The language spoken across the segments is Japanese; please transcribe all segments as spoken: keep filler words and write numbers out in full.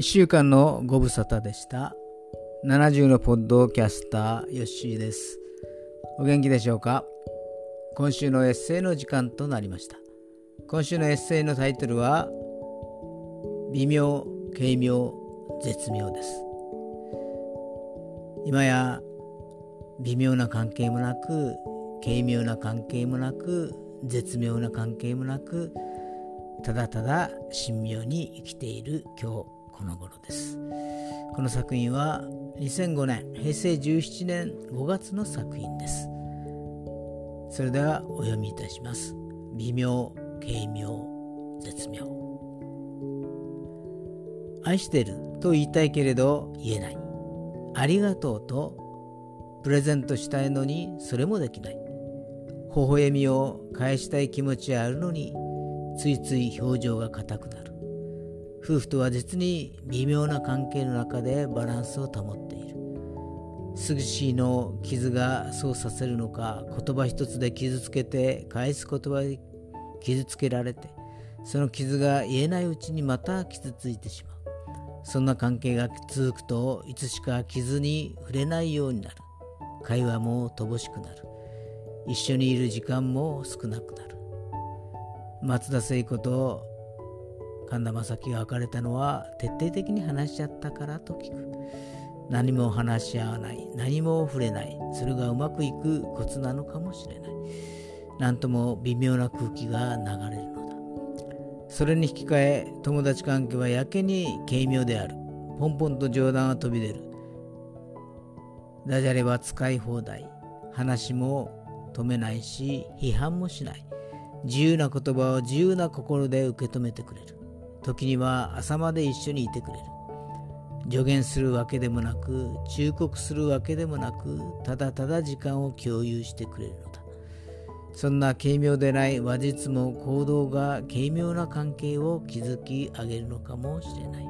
いっしゅうかんのご無沙汰でした。ななじゅうのポッドキャスターヨッシーです。お元気でしょうか。今週のエッセイの時間となりました。今週のエッセイのタイトルは微妙、軽妙、絶妙です。今や微妙な関係もなく、軽妙な関係もなく、絶妙な関係もなく、ただただ神妙に生きている今日この頃です。この作品はにせんごねん、へいせいじゅうななねんごがつの作品です。それではお読みいたします。微妙、軽妙、絶妙。愛してると言いたいけれど言えない。ありがとうとプレゼントしたいのにそれもできない。微笑みを返したい気持ちはあるのについつい表情が硬くなる。夫婦とは実に微妙な関係の中でバランスを保っている。すぐしの傷がそうさせるのか、言葉一つで傷つけて返す言葉で傷つけられて、その傷が言えないうちにまた傷ついてしまう。そんな関係が続くといつしか傷に触れないようになる。会話も乏しくなる。一緒にいる時間も少なくなる。松田聖子と神田正輝が別れたのは徹底的に話し合ったからと聞く。何も話し合わない、何も触れない、それがうまくいくコツなのかもしれない。なんとも微妙な空気が流れるのだ。それに引き換え友達関係はやけに軽妙である。ポンポンと冗談が飛び出る。ダジャレは使い放題。話も止めないし批判もしない。自由な言葉を自由な心で受け止めてくれる。時には朝まで一緒にいてくれる。助言するわけでもなく、忠告するわけでもなく、ただただ時間を共有してくれるのだ。そんな軽妙でない話術も行動が軽妙な関係を築き上げるのかもしれない。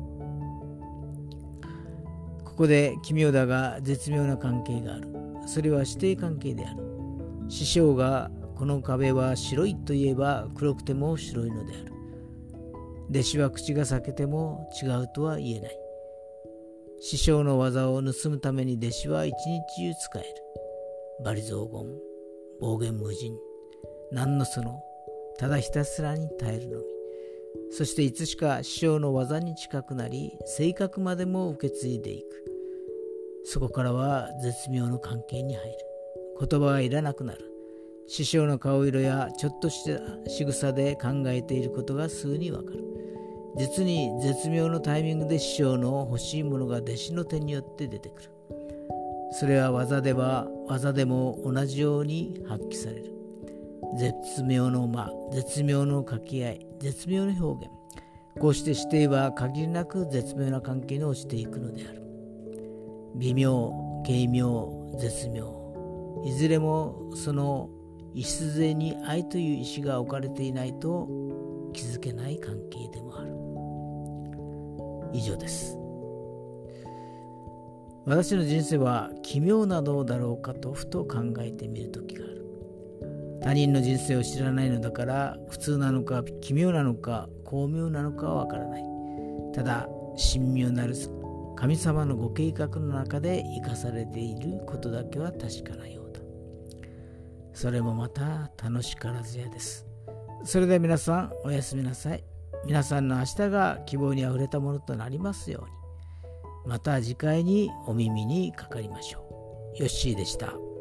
ここで奇妙だが絶妙な関係がある。それは師弟関係である。師匠がこの壁は白いと言えば黒くても白いのである。弟子は口が裂けても違うとは言えない。師匠の技を盗むために弟子は一日中使える。罵詈雑言、暴言無尽、何のその、ただひたすらに耐えるのみ。そしていつしか師匠の技に近くなり、性格までも受け継いでいく。そこからは絶妙の関係に入る。言葉はいらなくなる。師匠の顔色やちょっとした仕草で考えていることがすぐにわかる。実に絶妙のタイミングで師匠の欲しいものが弟子の手によって出てくる。それは技では技でも同じように発揮される。絶妙の間、絶妙の掛け合い、絶妙の表現。こうして師弟は限りなく絶妙な関係に落ちていくのである。微妙、軽妙、絶妙。いずれもその礎に愛という石が置かれていないと築けない関係でもある。以上です。私の人生は奇妙なのだろうかとふと考えてみるときがある。他人の人生を知らないのだから普通なのか奇妙なのか巧妙なのかはわからない。ただ神妙なる神様のご計画の中で生かされていることだけは確かなようだ。それもまた楽しからずやです。それでは皆さんおやすみなさい。皆さんの明日が希望にあふれたものとなりますように。また次回にお耳にかかりましょう。ヨッシーでした。